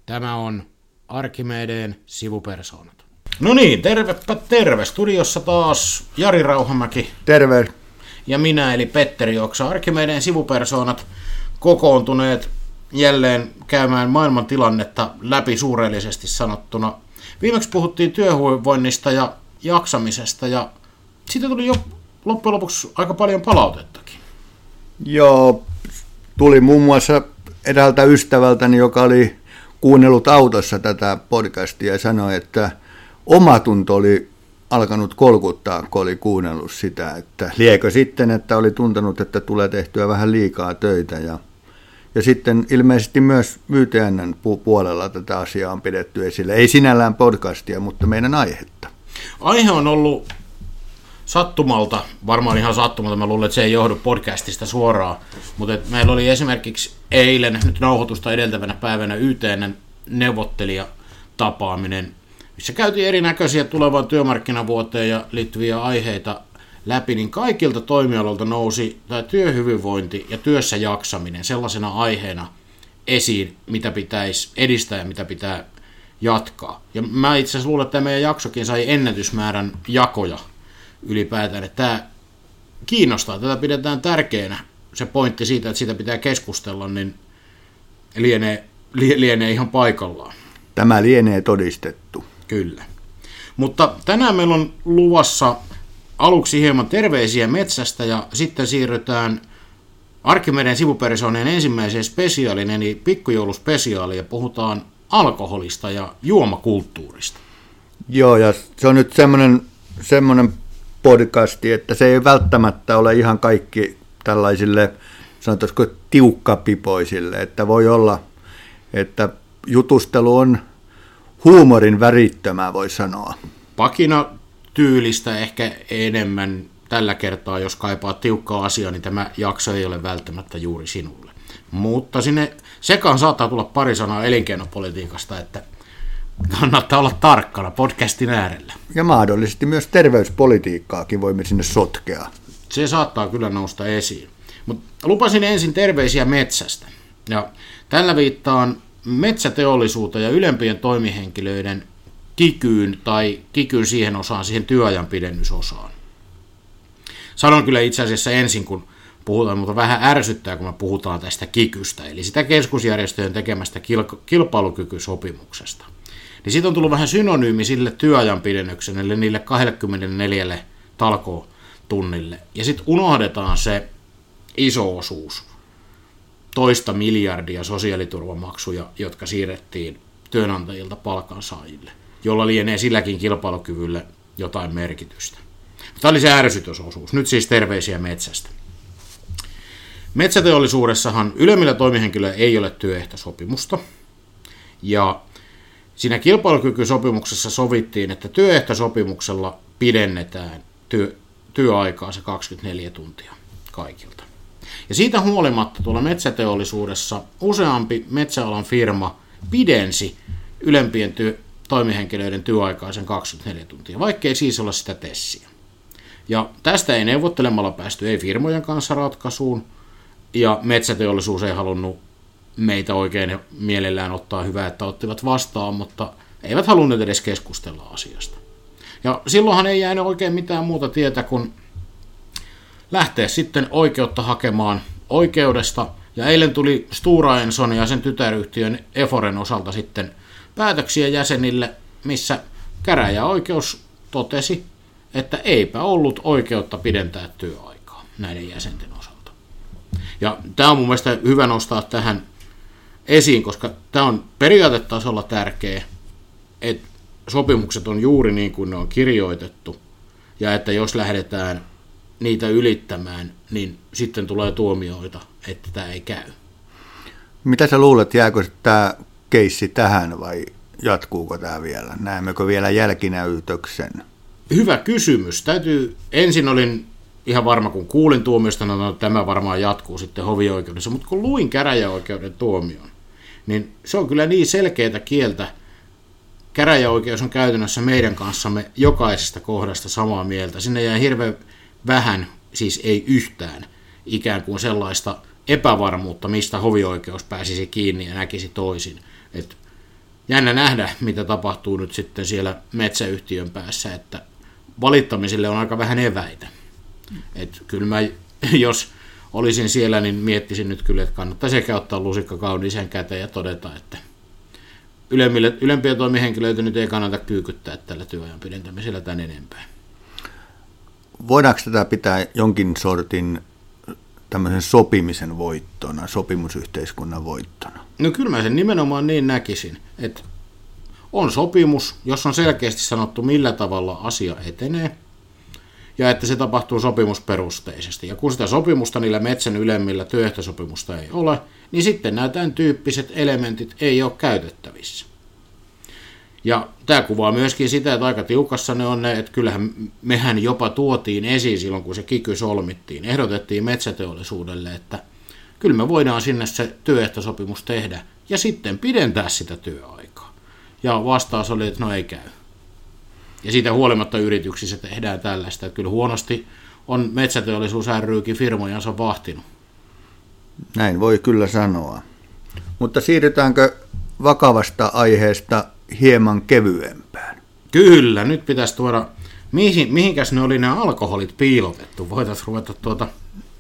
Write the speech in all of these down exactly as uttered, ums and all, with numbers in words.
Tämä on Arkimedeen sivupersoonat. No niin, tervepä terve. Studiossa taas Jari Rauhamäki. Terve. Ja minä eli Petteri Oksa. Arkimedeen sivupersoonat kokoontuneet jälleen käymään maailman tilannetta läpi suureellisesti sanottuna. Viimeksi puhuttiin työhyvinvoinnista ja jaksamisesta ja siitä tuli jo loppujen lopuksi aika paljon palautettakin. Joo, tuli muun muassa eräältä ystävältäni, joka oli kuunnellut autossa tätä podcastia ja sanoi, että omatunto oli alkanut kolkuttaa, kun oli kuunnellut sitä, että liekö sitten, että oli tuntenut, että tulee tehtyä vähän liikaa töitä ja, ja sitten ilmeisesti myös Y T N:n puolella tätä asiaa on pidetty esille. Ei sinällään podcastia, mutta meidän aihetta. Aihe on ollut sattumalta, varmaan ihan sattumalta, mä luulen, että se ei johdu podcastista suoraan, mutta meillä oli esimerkiksi eilen, nyt nauhoitusta edeltävänä päivänä Y T N:n neuvottelijatapaaminen, missä käytiin erinäköisiä tulevaan työmarkkinavuoteen ja liittyviä aiheita läpi, niin kaikilta toimialoilta nousi tämä työhyvinvointi ja työssä jaksaminen sellaisena aiheena esiin, mitä pitäisi edistää ja mitä pitää jatkaa. Ja mä itse asiassa luulen, että tämä meidän jaksokin sai ennätysmäärän jakoja ylipäätään, että tämä kiinnostaa, tätä pidetään tärkeänä, se pointti siitä, että siitä pitää keskustella, niin lienee, lienee ihan paikallaan. Tämä lienee todistettu. Kyllä. Mutta tänään meillä on luvassa aluksi hieman terveisiä metsästä ja sitten siirrytään Arkimedeen sivupersoonien ensimmäiseen spesiaaliin, eli pikkujouluspesiaaliin, ja puhutaan alkoholista ja juomakulttuurista. Joo, ja se on nyt semmoinen, semmoinen podcasti, että se ei välttämättä ole ihan kaikki tällaisille, sanotaanko tiukkapipoisille, että voi olla, että jutustelu on huumorin värittömää, voi sanoa. Pakina tyylistä ehkä enemmän tällä kertaa, jos kaipaa tiukkaa asiaa, niin tämä jakso ei ole välttämättä juuri sinulle. Mutta sinne sekaan saattaa tulla pari sanaa elinkeinopolitiikasta, että kannattaa olla tarkkana podcastin äärellä. Ja mahdollisesti myös terveyspolitiikkaakin voimme sinne sotkea. Se saattaa kyllä nousta esiin. Mutta lupasin ensin terveisiä metsästä. Ja tällä viittaan metsäteollisuuteen ja ylempien toimihenkilöiden kikyyn tai kikyn siihen osaan, siihen työajan pidennysosaan. Sanon kyllä itse asiassa ensin, kun puhutaan, mutta vähän ärsyttää, kun me puhutaan tästä kikystä, eli sitä keskusjärjestöjen tekemästä kilpailukykysopimuksesta. Niin siitä on tullut vähän synonyymi sille työajan pidennykselle, eli niille kaksikymmentäneljä talkootunnille. Ja sitten unohdetaan se iso osuus, toista miljardia sosiaaliturvamaksuja, jotka siirrettiin työnantajilta palkansaajille, jolla lienee silläkin kilpailukyvylle jotain merkitystä. Tämä oli se ärsytysosuus. Nyt siis terveisiä metsästä. Metsäteollisuudessahan ylemmillä toimihenkilöillä ei ole työehtosopimusta, ja siinä kilpailukykysopimuksessa sovittiin, että työehtosopimuksella pidennetään työ, työaikaa se kaksikymmentäneljä tuntia kaikilta. Ja siitä huolimatta tuolla metsäteollisuudessa useampi metsäalan firma pidensi ylempien työ, toimihenkilöiden työaikaa sen kaksikymmentäneljä tuntia, vaikkei siis ole sitä tessiä. Ja tästä ei neuvottelemalla päästy ei firmojen kanssa ratkaisuun, ja metsäteollisuus ei halunnut meitä oikein mielellään ottaa hyvää, että ottivat vastaan, mutta eivät halunneet edes keskustella asiasta. Ja silloinhan ei jäänyt oikein mitään muuta tietä kuin lähteä sitten oikeutta hakemaan oikeudesta, ja eilen tuli Stora Enson ja sen tytäryhtiön Eforen osalta sitten päätöksiä jäsenille, missä käräjäoikeus totesi, että eipä ollut oikeutta pidentää työaikaa näiden jäsenten osalta. Ja tämä on mun mielestä hyvä nostaa tähän esiin, koska tämä on periaatetasolla tärkeä, että sopimukset on juuri niin kuin ne on kirjoitettu, ja että jos lähdetään niitä ylittämään, niin sitten tulee tuomioita, että tämä ei käy. Mitä sä luulet, jääkö tämä keissi tähän vai jatkuuko tämä vielä? Näemmekö vielä jälkinäytöksen? Hyvä kysymys. Täytyy, ensin olin ihan varma, kun kuulin tuomiosta, että tämä varmaan jatkuu sitten hovioikeudessa, mutta kun luin käräjäoikeuden tuomion, niin se on kyllä niin selkeätä kieltä. Käräjäoikeus on käytännössä meidän kanssamme jokaisesta kohdasta samaa mieltä. Sinne jää hirveän vähän, siis ei yhtään, ikään kuin sellaista epävarmuutta, mistä hovioikeus pääsisi kiinni ja näkisi toisin. Et jännä nähdä, mitä tapahtuu nyt sitten siellä metsäyhtiön päässä, että valittamiselle on aika vähän eväitä. Et kyllä mä, jos olisin siellä, niin miettisin nyt kyllä, että kannattaisi ehkä ottaa lusikka kauniiseen käteen ja todeta, että ylemmille, ylempiä toimihenkilöitä nyt ei kannata kyykyttää tällä työajan pidentämisellä tän enempää. Voidaanko tätä pitää jonkin sortin tämmöisen sopimisen voittona, sopimusyhteiskunnan voittona? No kyllä mä sen nimenomaan niin näkisin, että on sopimus, jos on selkeästi sanottu, millä tavalla asia etenee, ja että se tapahtuu sopimusperusteisesti. Ja kun sitä sopimusta niillä metsän ylemmillä työehtosopimusta ei ole, niin sitten nämä tämän tyyppiset elementit ei ole käytettävissä. Ja tämä kuvaa myöskin sitä, että aika tiukassa ne on ne, että kyllähän mehän jopa tuotiin esiin silloin, kun se kiky solmittiin. Ehdotettiin metsäteollisuudelle, että kyllä me voidaan sinne se työehtosopimus tehdä ja sitten pidentää sitä työaikaa. Ja vastaus oli, että no ei käy. Ja siitä huolimatta yrityksissä tehdään tällaista, että kyllä huonosti on metsäteollisuus ry:kin firmojansa vahtinut. Näin voi kyllä sanoa. Mutta siirrytäänkö vakavasta aiheesta hieman kevyempään? Kyllä, nyt pitäisi tuoda, mihin, mihinkäs ne oli ne alkoholit piilotettu? Voitaisiin ruveta tuota,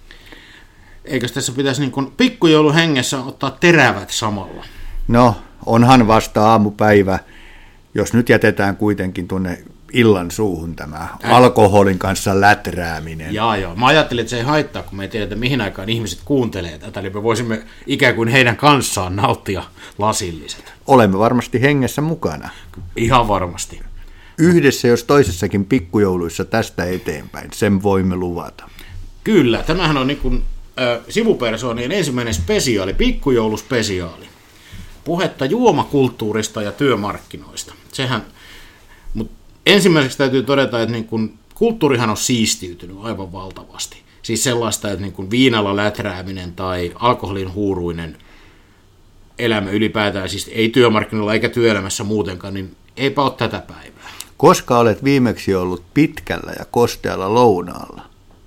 eikös tässä pitäisi niin kuin pikkujoulun hengessä ottaa terävät samalla? No, onhan vasta aamupäivä, jos nyt jätetään kuitenkin tuonne illan suuhun tämä alkoholin kanssa läträäminen. Jaa, joo. Mä ajattelin, että se ei haittaa, kun me ei tiedä, mihin aikaan ihmiset kuuntelee tätä, eli me voisimme ikään kuin heidän kanssaan nauttia lasilliset. Olemme varmasti hengessä mukana. Ihan varmasti. Yhdessä, jos toisessakin pikkujouluissa tästä eteenpäin, sen voimme luvata. Kyllä, tämähän on niin kuin, äh, sivupersoonien ensimmäinen spesiaali, pikkujouluspesiaali. Puhetta juomakulttuurista ja työmarkkinoista. Sehän, mutta ensimmäiseksi täytyy todeta, että niin kun, kulttuurihan on siistiytynyt aivan valtavasti. Siis sellaista, että niin kun viinalla läträäminen tai alkoholin huuruinen elämä ylipäätään, siis ei työmarkkinoilla eikä työelämässä muutenkaan, niin eipä ole tätä päivää. Koska olet viimeksi ollut pitkällä ja kostealla lounaalla?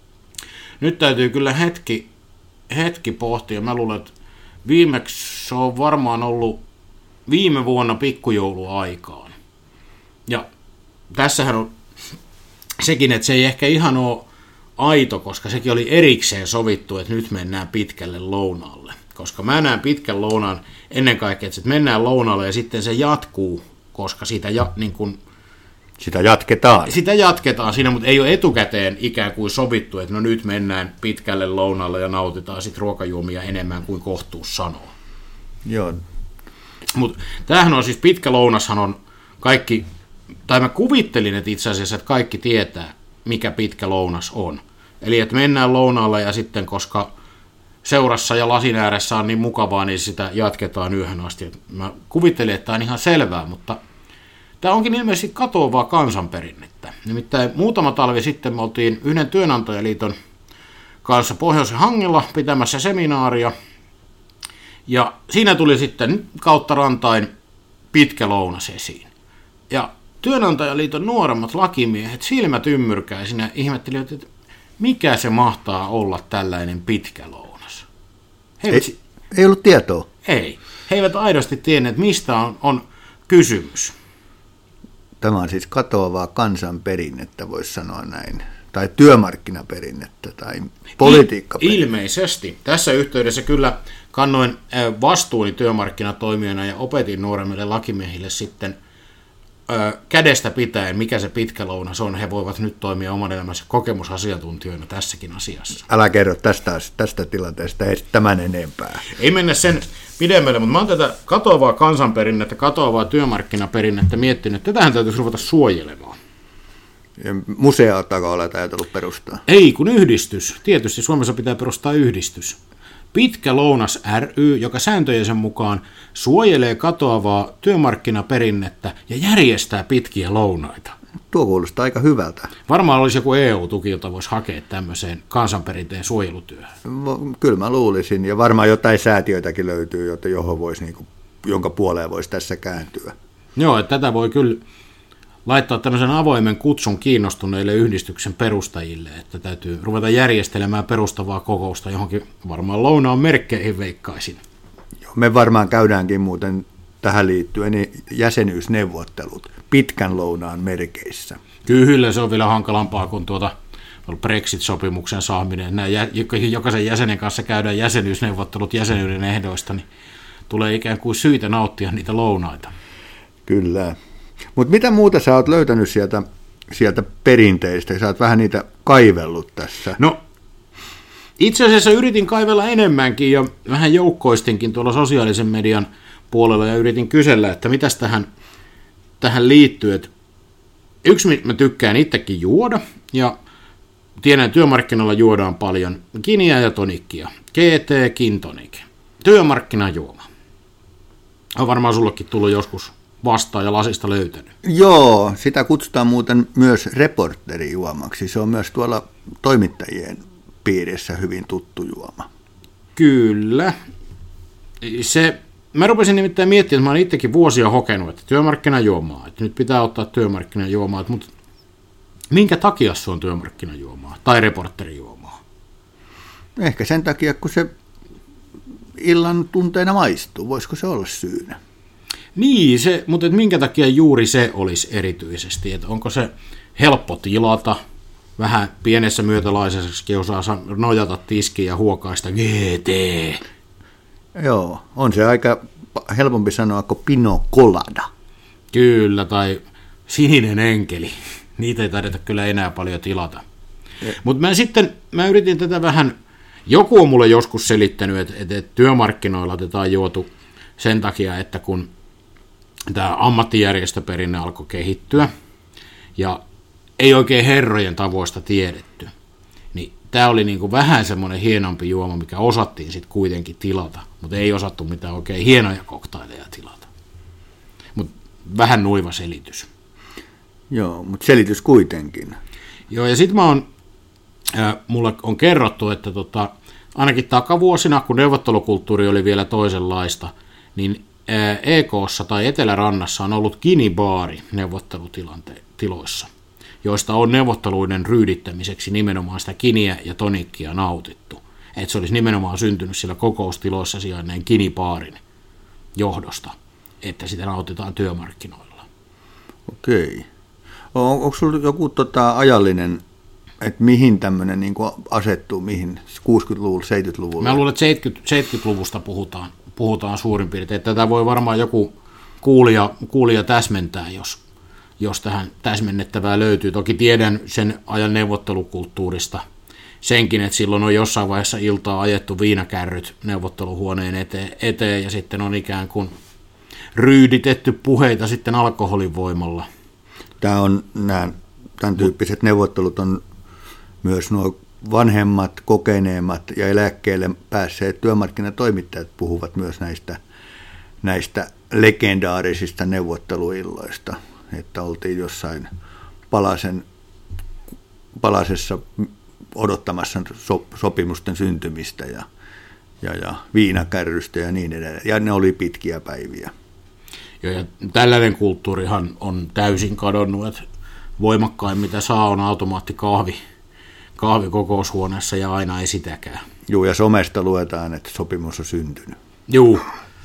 Nyt täytyy kyllä hetki, hetki pohtia. Mä luulen, että viimeksi se on varmaan ollut viime vuonna pikkujouluaikaan. Ja tässähän on sekin, että se ei ehkä ihan ole aito, koska sekin oli erikseen sovittu, että nyt mennään pitkälle lounaalle. Koska mä näen pitkän lounaan ennen kaikkea, että mennään lounaalle ja sitten se jatkuu, koska sitä, ja, niin kun, sitä jatketaan. Sitä jatketaan siinä, mutta ei ole etukäteen ikään kuin sovittu, että no nyt mennään pitkälle lounaalle ja nautitaan sitten ruokajuomia enemmän kuin kohtuus sanoo. Joo. Mutta tämähän on siis pitkä lounashan on kaikki, tai mä kuvittelin, että itse asiassa, että kaikki tietää, mikä pitkä lounas on. Eli että mennään lounaalle ja sitten, koska seurassa ja lasin ääressä on niin mukavaa, niin sitä jatketaan yöhön asti. Mä kuvittelin, että tämä on ihan selvää, mutta tämä onkin ilmeisesti katoavaa kansanperinnettä. Nimittäin muutama talvi sitten me oltiin yhden työnantajaliiton kanssa Pohjoisen Hangilla pitämässä seminaaria, ja siinä tuli sitten kautta rantain pitkä lounas esiin. Ja työnantajaliiton nuoremmat lakimiehet silmät ymmyrkäisinä ja ihmettelivät, että mikä se mahtaa olla tällainen pitkä lounas. Ei, eivät, ei ollut tietoa. Ei. He eivät aidosti tienneet, mistä on, on kysymys. Tämä on siis katoavaa kansanperinnettä, voisi sanoa näin. Tai työmarkkinaperinnettä tai politiikkaperinnettä. Ilmeisesti. Tässä yhteydessä kyllä kannoin vastuuni työmarkkinatoimijana ja opetin nuoremmille lakimiehille sitten kädestä pitäen, mikä se pitkä lounas on. He voivat nyt toimia oman elämänsä kokemusasiantuntijoina tässäkin asiassa. Älä kerro tästä, tästä tilanteesta ei tämän enempää. Ei mennä sen pidemmälle, mutta mä oon tätä katoavaa kansanperinnettä, katoavaa työmarkkinaperinnettä miettinyt. Tätähän täytyisi ruveta suojelemaan. Museota olet ajatellut perustaa? Ei, kun yhdistys. Tietysti Suomessa pitää perustaa yhdistys. Pitkä lounas ry, joka sääntöjensä mukaan suojelee katoavaa työmarkkinaperinnettä ja järjestää pitkiä lounaita. Tuo kuulostaa aika hyvältä. Varmaan olisi joku E U-tuki, jota voisi hakea tämmöiseen kansanperinteen suojelutyöhön. Kyllä mä luulisin, ja varmaan jotain säätiöitäkin löytyy, johon voisi, niin kuin, jonka puoleen voisi tässä kääntyä. Joo, että tätä voi kyllä laittaa tämmöisen avoimen kutsun kiinnostuneille yhdistyksen perustajille, että täytyy ruveta järjestelemään perustavaa kokousta johonkin varmaan lounaan merkkeihin veikkaisin. Joo, me varmaan käydäänkin muuten tähän liittyen niin jäsenyysneuvottelut pitkän lounaan merkeissä. Kyllä, se on vielä hankalampaa kuin tuota Brexit-sopimuksen saaminen. Nämä jokaisen jäsenen kanssa käydään jäsenyysneuvottelut jäsenyyden ehdoista, niin tulee ikään kuin syitä nauttia niitä lounaita. Kyllä. Mutta mitä muuta sä oot löytänyt sieltä, sieltä perinteistä? Sä oot vähän niitä kaivellut tässä. No, itse asiassa yritin kaivella enemmänkin ja vähän joukkoistinkin tuolla sosiaalisen median puolella ja yritin kysellä, että mitäs tähän, tähän liittyy. Et yksi, mä tykkään itsekin juoda ja tiedän, että työmarkkinoilla juodaan paljon giniä ja tonikkia. G T, gin tonic. Työmarkkinajuoma. On varmaan sullekin tullut joskus vastaan ja lasista löytänyt. Joo, sitä kutsutaan muuten myös reporterijuomaksi. Se on myös tuolla toimittajien piirissä hyvin tuttu juoma. Kyllä. Se, mä rupesin nimittäin miettimään, että mä olen itsekin vuosia hokenut, että työmarkkinajuomaa, että nyt pitää ottaa työmarkkinajuomaa, mutta minkä takia se on työmarkkinajuomaa tai reporterijuomaa? Ehkä sen takia, kun se illan tunteena maistuu. Voisiko se olla syynä? Niin, se, mutta et minkä takia juuri se olisi erityisesti? Että onko se helppo tilata, vähän pienessä myötälaisessakin osaa nojata tiskiin ja huokaista G T? Joo, on se aika helpompi sanoa kuin pino colada. Kyllä, tai sininen enkeli. Niitä ei taideta kyllä enää paljon tilata. Mutta mä sitten, mä yritin tätä vähän, joku on mulle joskus selittänyt, että, että työmarkkinoilla tätä on juotu sen takia, että kun tämä ammattijärjestöperinne alkoi kehittyä ja ei oikein herrojen tavoista tiedetty, niin tämä oli niin kuin vähän semmoinen hienompi juoma, mikä osattiin sitten kuitenkin tilata, mutta ei osattu mitään oikein hienoja koktaileja tilata. Mutta vähän nuiva selitys. Joo, mutta selitys kuitenkin. Joo, ja sitten mä oon, äh, mulle on kerrottu, että tota, ainakin takavuosina, kun neuvottelukulttuuri oli vielä toisenlaista, niin äh, E K:ssa tai Etelärannassa on ollut ginibaari neuvottelutiloissa, joista on neuvotteluiden ryydittämiseksi nimenomaan sitä giniä ja tonikkia nautittu. Että se olisi nimenomaan syntynyt sillä kokoustiloissa sijainneen ginibaarin johdosta, että sitä nautitaan työmarkkinoilla. Okei. On, onko sinulla joku tota, ajallinen, että mihin tämmöinen niin kuin asettuu, mihin kuusikymmentäluvulla, seitsemänkymmentäluvulla? Mä luulen, että seitsemänkymmentäluvusta puhutaan, puhutaan suurin piirtein. Tätä voi varmaan joku kuulija, kuulija täsmentää, jos, jos tähän täsmennettävää löytyy. Toki tiedän sen ajan neuvottelukulttuurista senkin, että silloin on jossain vaiheessa iltaa ajettu viinakärryt neuvotteluhuoneen eteen, eteen ja sitten on ikään kuin ryyditetty puheita sitten alkoholin voimalla. Tämä on, nämä, tämän tyyppiset neuvottelut on myös nuo vanhemmat, kokeneemmat ja eläkkeelle päässeet työmarkkinatoimittajat puhuvat myös näistä, näistä legendaarisista neuvotteluilloista, että oltiin jossain palasen, palasessa odottamassa so, sopimusten syntymistä ja, ja, ja viinakärrystä ja niin edelleen, ja ne oli pitkiä päiviä. Joo, ja tällainen kulttuurihan on täysin kadonnut, että voimakkain mitä saa on automaattikahvi kahvi kokoushuoneessa ja aina ei sitäkään. Joo, ja somesta luetaan, että sopimus on syntynyt. Joo,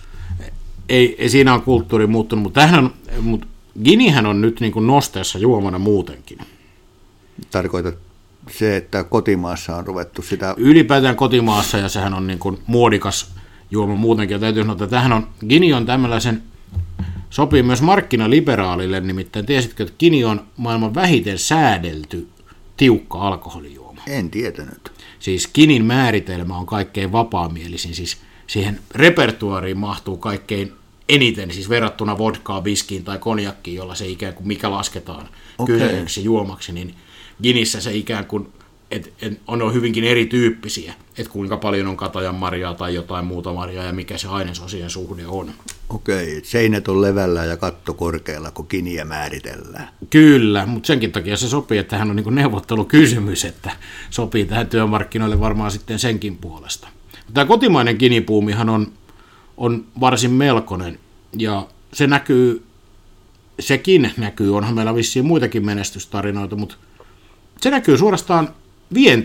ei, ei siinä on kulttuuri muuttunut, mutta, tämähän on, mutta ginihän on nyt niin kuin nosteessa juomana muutenkin. Tarkoitat se, että kotimaassa on ruvettu sitä... Ylipäätään kotimaassa, ja sehän on niin kuin muodikas juoma muutenkin, ja täytyy sanoa, että tämähän on, gini on tämmöisen, sopii myös markkinaliberaalille, nimittäin tiesitkö, että gini on maailman vähiten säädelty tiukka alkoholijuoma. En tietänyt. Siis ginin määritelmä on kaikkein vapaamielisin, siis siihen repertuaariin mahtuu kaikkein eniten, siis verrattuna vodkaan, viskiin tai konjakkiin, jolla se ikään kuin mikä lasketaan okay. kyseiseksi juomaksi, niin ginissä se ikään kuin et, et on hyvinkin erityyppisiä, että kuinka paljon on katajan marjaa tai jotain muuta marjaa ja mikä se ainesosien suhde on. Okei, seinät on levällä ja katto korkealla, kun giniä määritellään. Kyllä, mutta senkin takia se sopii, että tähän on niin neuvottelukysymys, että sopii tähän työmarkkinoille varmaan sitten senkin puolesta. Tämä kotimainen ginipuumihan on, on varsin melkoinen ja se näkyy, sekin näkyy, onhan meillä vissiin muitakin menestystarinoita, mutta se näkyy suorastaan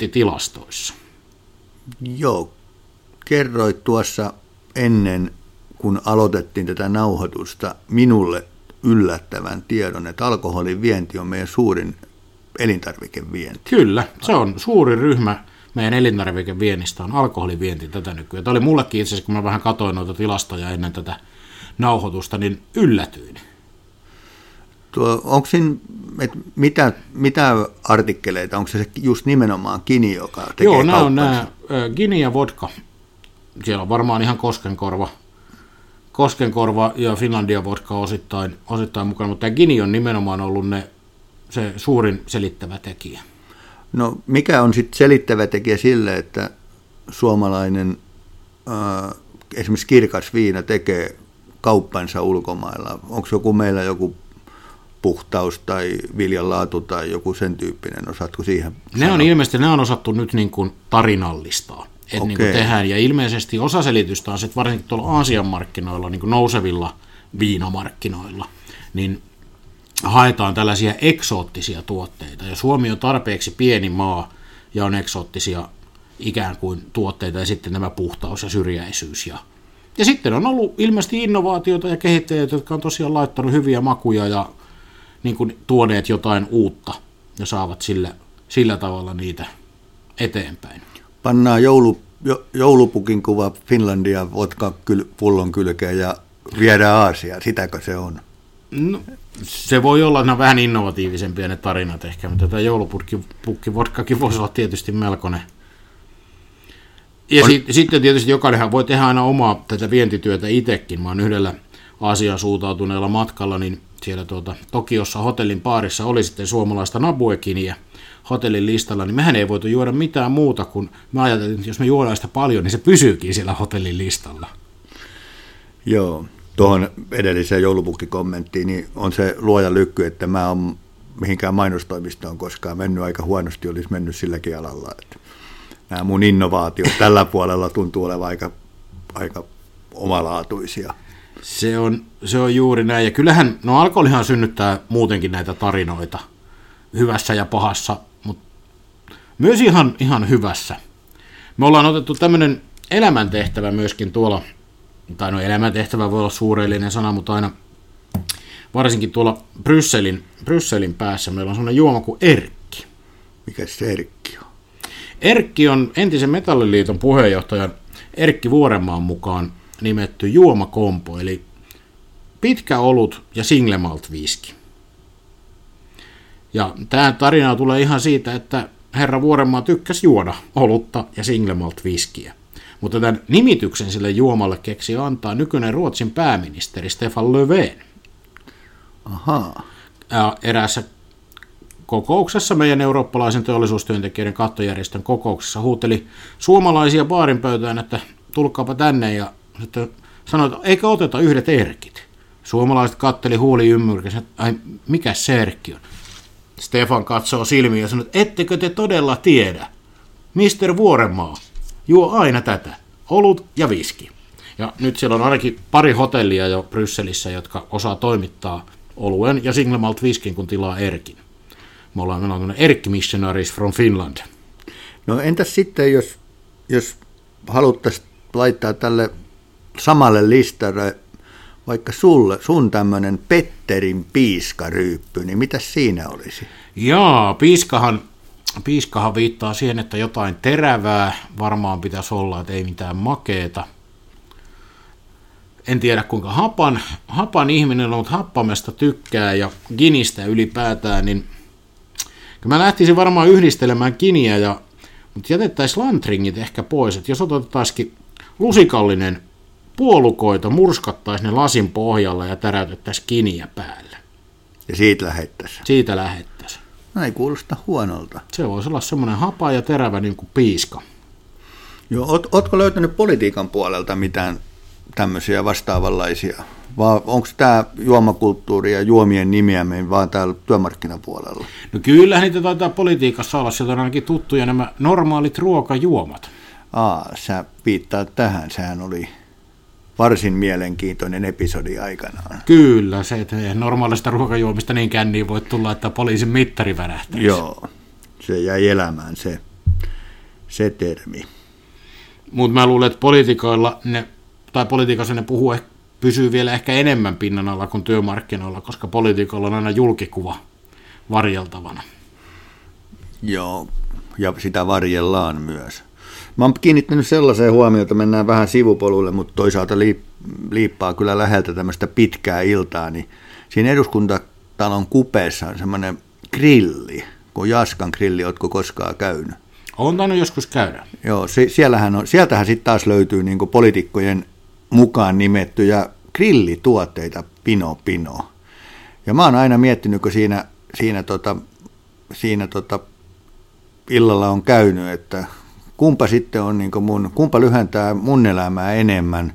vientitilastoissa. Joo, kerroit tuossa ennen kun aloitettiin tätä nauhoitusta, minulle yllättävän tiedon, että alkoholin vienti on meidän suurin elintarvikevienti. Kyllä, se on suuri ryhmä meidän elintarvikeviennistä on alkoholivienti tätä nykyään. Tämä oli mullekin itse asiassa, kun mä vähän katsoin noita tilastoja ennen tätä nauhoitusta, niin yllätyin. Tuo, onko siinä, että mitä, mitä artikkeleita, onko se just nimenomaan Gini, joka tekee Joo, nämä kauppansa? on nämä Gini ja vodka. Siellä on varmaan ihan Koskenkorva, Koskenkorva ja Finlandia vodka osittain, osittain mukana, mutta tämä Gini on nimenomaan ollut ne, se suurin selittävä tekijä. No mikä on sitten selittävä tekijä sille, että suomalainen äh, esimerkiksi kirkas viina tekee kauppansa ulkomailla? Onko joku meillä joku puhtaus tai viljanlaatu tai joku sen tyyppinen, osaatko siihen Ne sanoa? on ilmeisesti, ne on osattu nyt niin kuin tarinallistaa, että niin kuin tehdään, ja ilmeisesti osa selitystä on sitten varsinkin tuolla Aasian markkinoilla, niin kuin nousevilla viinamarkkinoilla, niin haetaan tällaisia eksoottisia tuotteita, ja Suomi on tarpeeksi pieni maa, ja on eksoottisia ikään kuin tuotteita, ja sitten nämä puhtaus ja syrjäisyys, ja Ja sitten on ollut ilmeisesti innovaatioita ja kehittäjiä, jotka on tosiaan laittanut hyviä makuja ja niin kuin tuoneet jotain uutta ja saavat sillä, sillä tavalla niitä eteenpäin. Pannaan joulu, jo, joulupukin kuva Finlandia vodka kyl, pullon kylkeen ja viedään Aasiaan. Sitäkö se on? No, se voi olla, että ne on vähän innovatiivisempia ne tarinat ehkä, mutta tämä joulupukki vodkakin voisi olla tietysti melkoinen. Ja sit, sitten tietysti jokainenhan voi tehdä aina omaa tätä vientityötä itsekin. Mä oon yhdellä Aasiaan suuntautuneella matkalla, niin siellä tuota, Tokiossa hotellin baarissa oli sitten suomalaista Nabuekiniä hotellin listalla, niin mehän ei voitu juoda mitään muuta kuin mä ajattelin, että jos me juodaan sitä paljon, niin se pysyykin siellä hotellin listalla. Joo, tuohon edelliseen joulupukkikommenttiin, niin on se luoja lykky, että mä oon mihinkään mainostoimistoon koskaan mennyt, aika huonosti olisi mennyt silläkin alalla, että nämä mun innovaatiot tällä puolella tuntuu olevan aika, aika omalaatuisia. Se on, se on juuri näin. Ja kyllähän, no alkoholihan synnyttää muutenkin näitä tarinoita hyvässä ja pahassa, mutta myös ihan, ihan hyvässä. Me ollaan otettu tämmöinen elämäntehtävä myöskin tuolla, tai no elämäntehtävä voi olla suureellinen sana, mutta aina varsinkin tuolla Brysselin, Brysselin päässä meillä on semmoinen juoma kuin Erkki. Mikä se Erkki on? Erkki on entisen Metalliliiton puheenjohtajan Erkki Vuorenmaan mukaan nimetty juomakompo, eli pitkä olut ja single malt whisky. Ja tämä tarina tulee ihan siitä, että herra Vuorenmaa tykkäsi juoda olutta ja single malt whiskyä. Mutta tämän nimityksen sille juomalle keksi antaa nykyinen Ruotsin pääministeri Stefan Löfven. Ahaa. Ja eräässä kokouksessa, meidän eurooppalaisen teollisuustyöntekijöiden kattojärjestön kokouksessa, huuteli suomalaisia baarin pöytään, että tulkaapa tänne, ja sitten sanoi, että eikö oteta yhdet erkit. Suomalaiset katteli huuli ymmyrkäs, että ai, mikä se erkki on? Stefan katsoo silmiin ja sanoi, että ettekö te todella tiedä? mister Vuorenmaa juo aina tätä, olut ja viski. Ja nyt siellä on ainakin pari hotellia jo Brysselissä, jotka osaa toimittaa oluen ja single malt whiskin, kun tilaa erkin. Me ollaan, meillä on Erkki Missionaries from Finland. No entäs sitten, jos, jos haluttaisiin laittaa tälle samalle listalle vaikka sulle, sun tämmöinen Petterin piiskaryyppy, niin mitäs siinä olisi? Jaa, piiskahan, piiskahan viittaa siihen, että jotain terävää varmaan pitäisi olla, että ei mitään makeeta. En tiedä kuinka hapan, hapan ihminen on, mutta happamesta tykkää ja ginistä ylipäätään, niin mä lähtisin varmaan yhdistelemään giniä, ja, mutta jätettäisiin lantringit ehkä pois, että jos otettaisiin lusikallinen puolukoita, murskattaisiin ne lasin pohjalla ja täräytettäisiin giniä päälle. Ja siitä lähettäisiin. Siitä lähettäisiin. No ei kuulosta huonolta. Se voisi olla semmoinen hapa ja terävä niin kuin piiska. Joo, oot, ootko löytänyt politiikan puolelta mitään tämmöisiä vastaavanlaisia? Vai onko tämä juomakulttuuri ja juomien nimiäminen vaan täällä työmarkkinapuolella? No kyllähän niitä taitaa politiikassa olla, sieltä on ainakin tuttuja nämä normaalit ruokajuomat. Aa, sä viittaat tähän, sehän oli varsin mielenkiintoinen episodi aikanaan. Kyllä, se, että normaalista ruokajuomista niinkään niin voi tulla, että poliisin mittari värähtäisi. Joo, se jäi elämään se, se termi. Mutta mä luulen, että poliitikoilla ne, tai politiikassa ne puhuu, pysyy vielä ehkä enemmän pinnan alla kuin työmarkkinoilla, koska poliitikolla on aina julkikuva varjeltavana. Joo, ja sitä varjellaan myös. Mä oon kiinnittänyt sellaiseen huomiota, mennään vähän sivupolulle, mutta toisaalta liippaa kyllä läheltä tämmöistä pitkää iltaa, niin siinä eduskuntatalon kupeessa on semmoinen grilli, kun Jaskan grilli, ootko koskaan käynyt? Olen tainnut joskus käydä. Joo, se, siellähän on, sieltähän sitten taas löytyy niin kuin poliitikkojen mukaan nimettyjä grillituotteita pino pino. Ja mä oon aina miettinyt, kun siinä, siinä, tota, siinä tota, illalla on käynyt, että kumpa sitten on niin kuin mun, kumpa lyhentää mun elämää enemmän,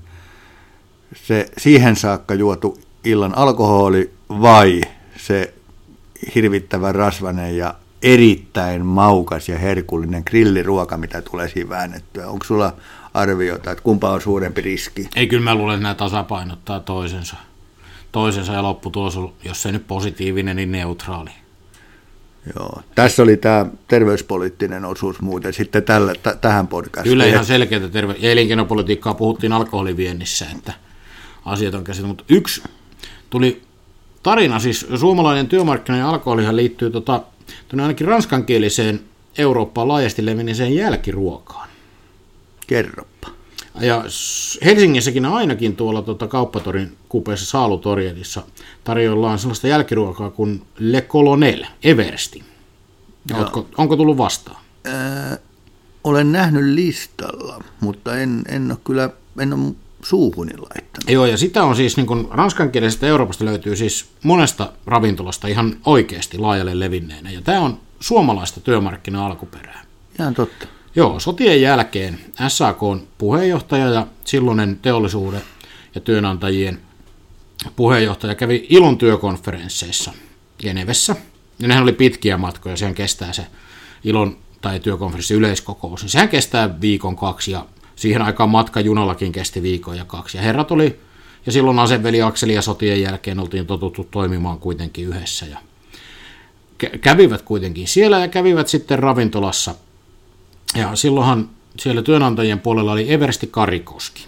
se siihen saakka juotu illan alkoholi vai se hirvittävän rasvainen ja erittäin maukas ja herkullinen grilliruoka, mitä tulee siinä väännettyä. Onko sulla arviota, että kumpa on suurempi riski? Ei, kyllä mä luulen, että nämä tasapainottaa toisensa. Toisensa ja lopputulos on, jos ei nyt positiivinen, niin neutraali. Joo. Tässä oli tämä terveyspoliittinen osuus muuten sitten tällä, t- tähän podcastiin. Kyllä ihan selkeää terve- ja elinkeinopolitiikkaa puhuttiin alkoholiviennissä, että asiat on käsitelty. Mutta yksi tuli tarina, siis suomalainen työmarkkinoiden alkoholihan liittyy tota, ainakin ranskankieliseen Eurooppaan laajasti levinneeseen jälkiruokaan. Kerroppa. Ja Helsingissäkin ainakin tuolla tota, kauppatorin kupeessa Saalutorjetissa tarjoillaan sellaista jälkiruokaa kuin Le Colonel, Eversti. Ootko, onko tullut vastaan? Äh, olen nähnyt listalla, mutta en, en ole kyllä en ole suuhuni laittanut. Joo, ja sitä on siis, niin kuin ranskankielisestä Euroopasta löytyy siis monesta ravintolasta ihan oikeasti laajalle levinneenä, ja tämä on suomalaista työmarkkina-alkuperää. Ihan totta. Joo, sotien jälkeen S A K:n puheenjohtaja ja silloinen teollisuuden ja työnantajien puheenjohtaja kävi ILOn työkonferensseissa Genevessä. Ja nehän oli pitkiä matkoja, sehän kestää se ILOn tai työkonferenssi yleiskokous. Niin sehän kestää viikon kaksi ja siihen aikaan matka junallakin kesti viikon ja kaksi. Ja herrat oli, ja silloin aseveli Akseli ja sotien jälkeen oltiin totuttu toimimaan kuitenkin yhdessä. Ja kävivät kuitenkin siellä ja kävivät sitten ravintolassa. Ja silloinhan siellä työnantajien puolella oli Eversti Karikoski.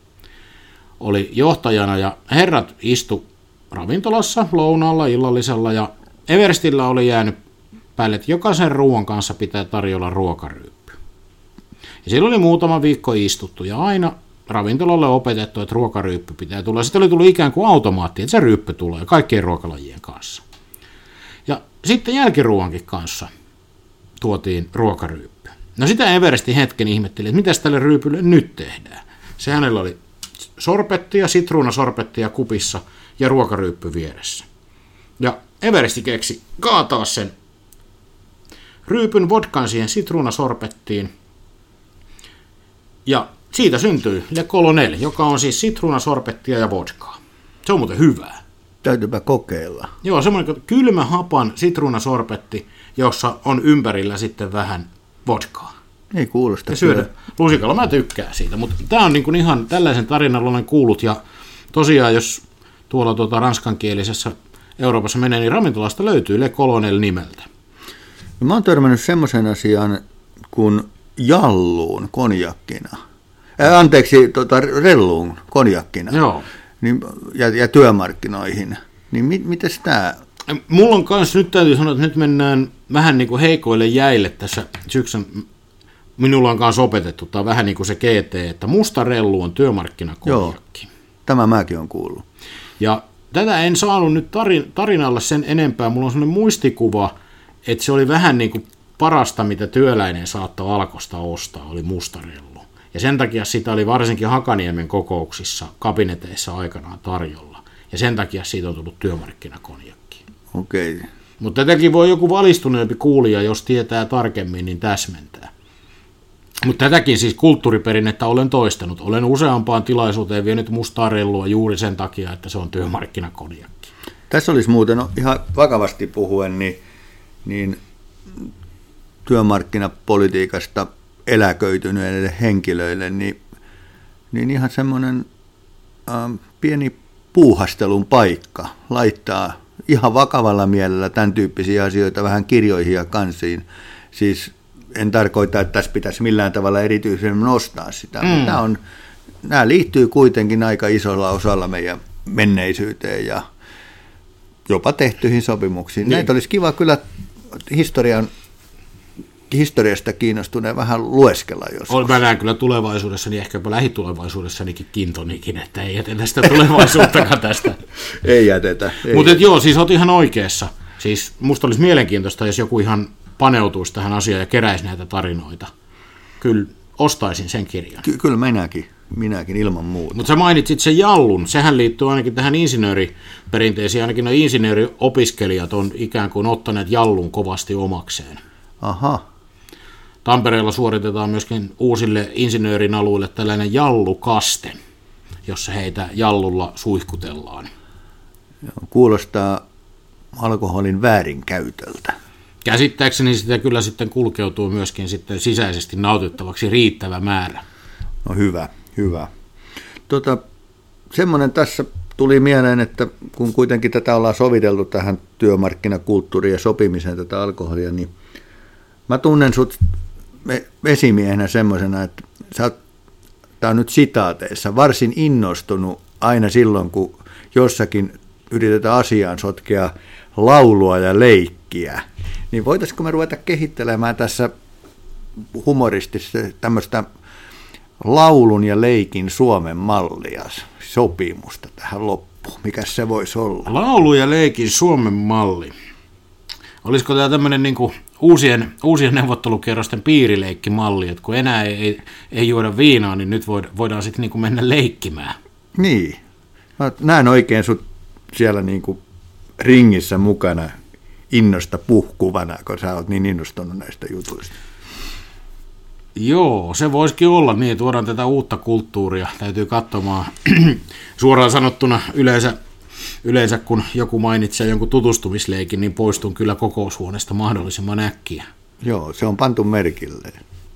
Oli johtajana ja herrat istu ravintolassa lounaalla illallisella ja Everstillä oli jäänyt päälle, että jokaisen ruoan kanssa pitää tarjolla ruokaryyppy. Ja siellä oli muutama viikko istuttu ja aina ravintolalle opetettu, että ruokaryyppy pitää tulla. Sitten oli tullut ikään kuin automaatti, että se ryyppy tulee kaikkien ruokalajien kanssa. Ja sitten jälkiruoankin kanssa tuotiin ruokaryyppy. No sitä Eversti hetken ihmetteli, että mitäs tälle ryypylle nyt tehdään. Se hänellä oli sorpettia, sitruunasorpettia kupissa ja ruokaryyppy vieressä. Ja Eversti keksi kaataa sen ryypyn vodkan siihen sitruunasorpettiin. Ja siitä syntyi Le Colonel, joka on siis sitruunasorpettia ja vodkaa. Se on muuten hyvää. Täytyypä kokeilla. Joo, semmoinen kylmä hapan sitruunasorpetti, jossa on ympärillä sitten vähän vodkaa. Ei kuulosta. Ja syödä lusikalla, mä tykkään siitä, mutta tämä on niin kuin ihan tällaisen tarinan olen kuullut, ja tosiaan jos tuolla tuota ranskankielisessä Euroopassa menee, niin ravintolasta löytyy Le Colonel nimeltä. No, mä oon törmännyt semmoisen asian kuin jalluun konjakkina. Ää, anteeksi, tota, relluun konjakkina. Joo. Niin, ja, ja työmarkkinoihin. Niin mit, mites tää? Mulla on kans, nyt täytyy sanoa, että nyt mennään vähän niin kuin heikoille jäille tässä syksyn. Minulla on kanssa opetettu, tai vähän niin kuin se G T, että musta rellu on työmarkkinakonjakki. Joo, tämä mäkin on kuullut. Ja tätä en saanut nyt tarin, tarinalla sen enempää. Mulla on sellainen muistikuva, että se oli vähän niin kuin parasta, mitä työläinen saattoi Alkosta ostaa, oli musta rellu. Ja sen takia sitä oli varsinkin Hakaniemen kokouksissa, kabineteissa aikanaan tarjolla. Ja sen takia siitä on tullut työmarkkinakonjakki. Okei. Mutta tätäkin voi joku valistuneempi kuulija, jos tietää tarkemmin, niin täsmentää. Mutta tätäkin siis kulttuuriperinnettä olen toistanut. Olen useampaan tilaisuuteen vienyt mustaa rellua juuri sen takia, että se on työmarkkinakonjakki. Tässä olisi muuten ihan vakavasti puhuen, niin, niin työmarkkinapolitiikasta eläköityneille henkilöille, niin, niin ihan semmoinen äh, pieni puuhastelun paikka laittaa ihan vakavalla mielellä tämän tyyppisiä asioita vähän kirjoihin ja kansiin. Siis en tarkoita, että tässä pitäisi millään tavalla erityisen nostaa sitä, mm. mutta tämä on, nämä liittyy kuitenkin aika isolla osalla meidän menneisyyteen ja jopa tehtyihin sopimuksiin. Niin. Näitä olisi kiva kyllä historian, historiasta kiinnostuneen vähän lueskella joskus. Mä näen kyllä tulevaisuudessa, niin ehkäpä lähitulevaisuudessanikin Kintonikin, että ei jätetä sitä tulevaisuuttakaan tästä. Ei jätetä. Mutta joo, siis oot ihan oikeassa. Siis musta olisi mielenkiintoista, jos joku ihan paneutuisi tähän asiaan ja keräisi näitä tarinoita. Kyllä ostaisin sen kirjan. Ky- kyllä minäkin, minäkin ilman muuta. Mutta sä mainitsit sen jallun. Sehän liittyy ainakin tähän insinööriperinteeseen. Ainakin nuo insinööriopiskelijat on ikään kuin ottaneet jallun kovasti omakseen. Aha. Tampereella suoritetaan myöskin uusille insinöörin alueille tällainen jallukaste, jossa heitä jallulla suihkutellaan. Kuulostaa alkoholin väärinkäytöltä. Käsittääkseni sitä kyllä sitten kulkeutuu myöskin sitten sisäisesti nautittavaksi riittävä määrä. No hyvä, hyvä. Tota, semmoinen tässä tuli mieleen, että kun kuitenkin tätä ollaan soviteltu tähän työmarkkinakulttuuriin ja sopimiseen tätä alkoholia, niin mä tunnen sut esimiehenä semmoisena, että sä oot, tää on nyt sitaateissa, varsin innostunut aina silloin, kun jossakin yritetään asiaan sotkea laulua ja leikkiä. Niin voitaisiko me ruveta kehittelemään tässä humoristissa tämmöistä laulun ja leikin Suomen mallia, sopimusta tähän loppuun? Mikäs se voisi olla? Laulu ja leikin Suomen malli. Olisiko tämä tämmöinen niin kuin uusien, uusien neuvottelukierrosten piirileikkimalli, että kun enää ei, ei, ei juoda viinaa, niin nyt voidaan sitten niin kuin mennä leikkimään? Niin. Mä näen oikein sut siellä niin kuin ringissä mukana innosta puhkuvana, kun sä oot niin innostunut näistä jutuista. Joo, se voisikin olla niin, tuodaan tätä uutta kulttuuria, täytyy katsomaan. Suoraan sanottuna yleensä, yleensä, kun joku mainitsee jonkun tutustumisleikin, niin poistun kyllä kokoushuoneesta mahdollisimman äkkiä. Joo, se on pantu merkille.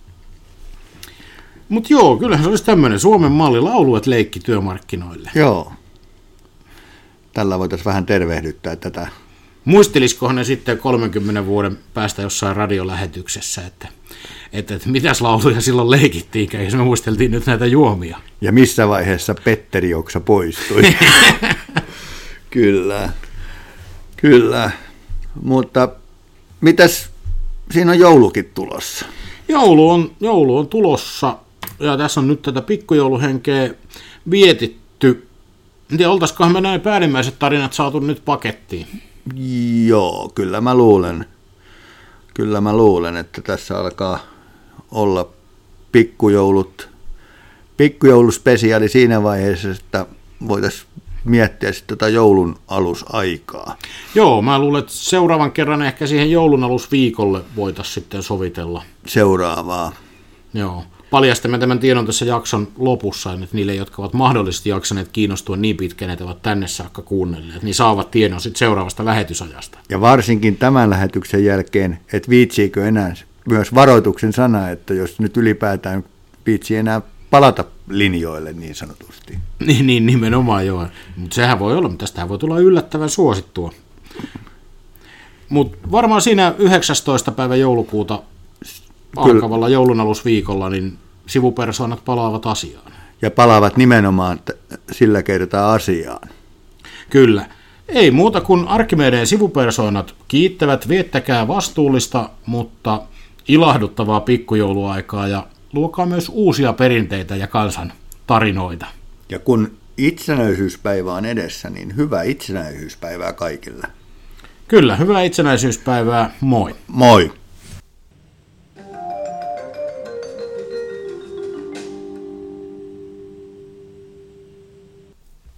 Mutta joo, kyllähän se olisi tämmöinen Suomen malli, lauluet leikki työmarkkinoille. Joo. Tällä voitaisiin vähän tervehdyttää tätä. Muisteliskohan ne sitten kolmenkymmenen vuoden päästä jossain radiolähetyksessä, että, että, että mitäs lauluja silloin leikittiinkään, jos me muisteltiin nyt näitä juomia. Ja missä vaiheessa Petteri Oksa poistui. Kyllä, kyllä. Mutta mitäs, siinä on joulukin tulossa. Joulu on, joulu on tulossa, ja tässä on nyt tätä pikkujouluhenkeä vietitty. En tiedä, oltaisikohan me näin päällimmäiset tarinat saatu nyt pakettiin. Joo, kyllä mä luulen. Kyllä mä luulen, että tässä alkaa olla pikkujoulut, pikkujouluspesiaali siinä vaiheessa, että voitaisiin miettiä sitten tota joulun alusaikaa. Joo, mä luulen, että seuraavan kerran ehkä siihen joulun alusviikolle voitaisiin sitten sovitella. Seuraavaa. Joo. Paljastamme tämän tiedon tässä jakson lopussa, että niille, jotka ovat mahdollisesti jaksaneet kiinnostua niin pitkään, että ovat tänne saakka kuunnelleet, niin saavat tiedon sitten seuraavasta lähetysajasta. Ja varsinkin tämän lähetyksen jälkeen, että viitsiikö enää myös varoituksen sana, että jos nyt ylipäätään viitsii enää palata linjoille niin sanotusti. Niin, niin nimenomaan joo. Mutta sehän voi olla, mutta tästähän voi tulla yllättävän suosittua. Mutta varmaan siinä yhdeksästoista päivä joulukuuta alkavalla joulunalusviikolla, niin sivupersoonat palaavat asiaan. Ja palaavat nimenomaan sillä kertaa asiaan. Kyllä. Ei muuta kuin Arkimedeen sivupersoonat kiittävät, viettäkää vastuullista, mutta ilahduttavaa pikkujouluaikaa ja luokaa myös uusia perinteitä ja kansan tarinoita. Ja kun itsenäisyyspäivä on edessä, niin hyvää itsenäisyyspäivää kaikille. Kyllä, hyvää itsenäisyyspäivää, moi. Moi.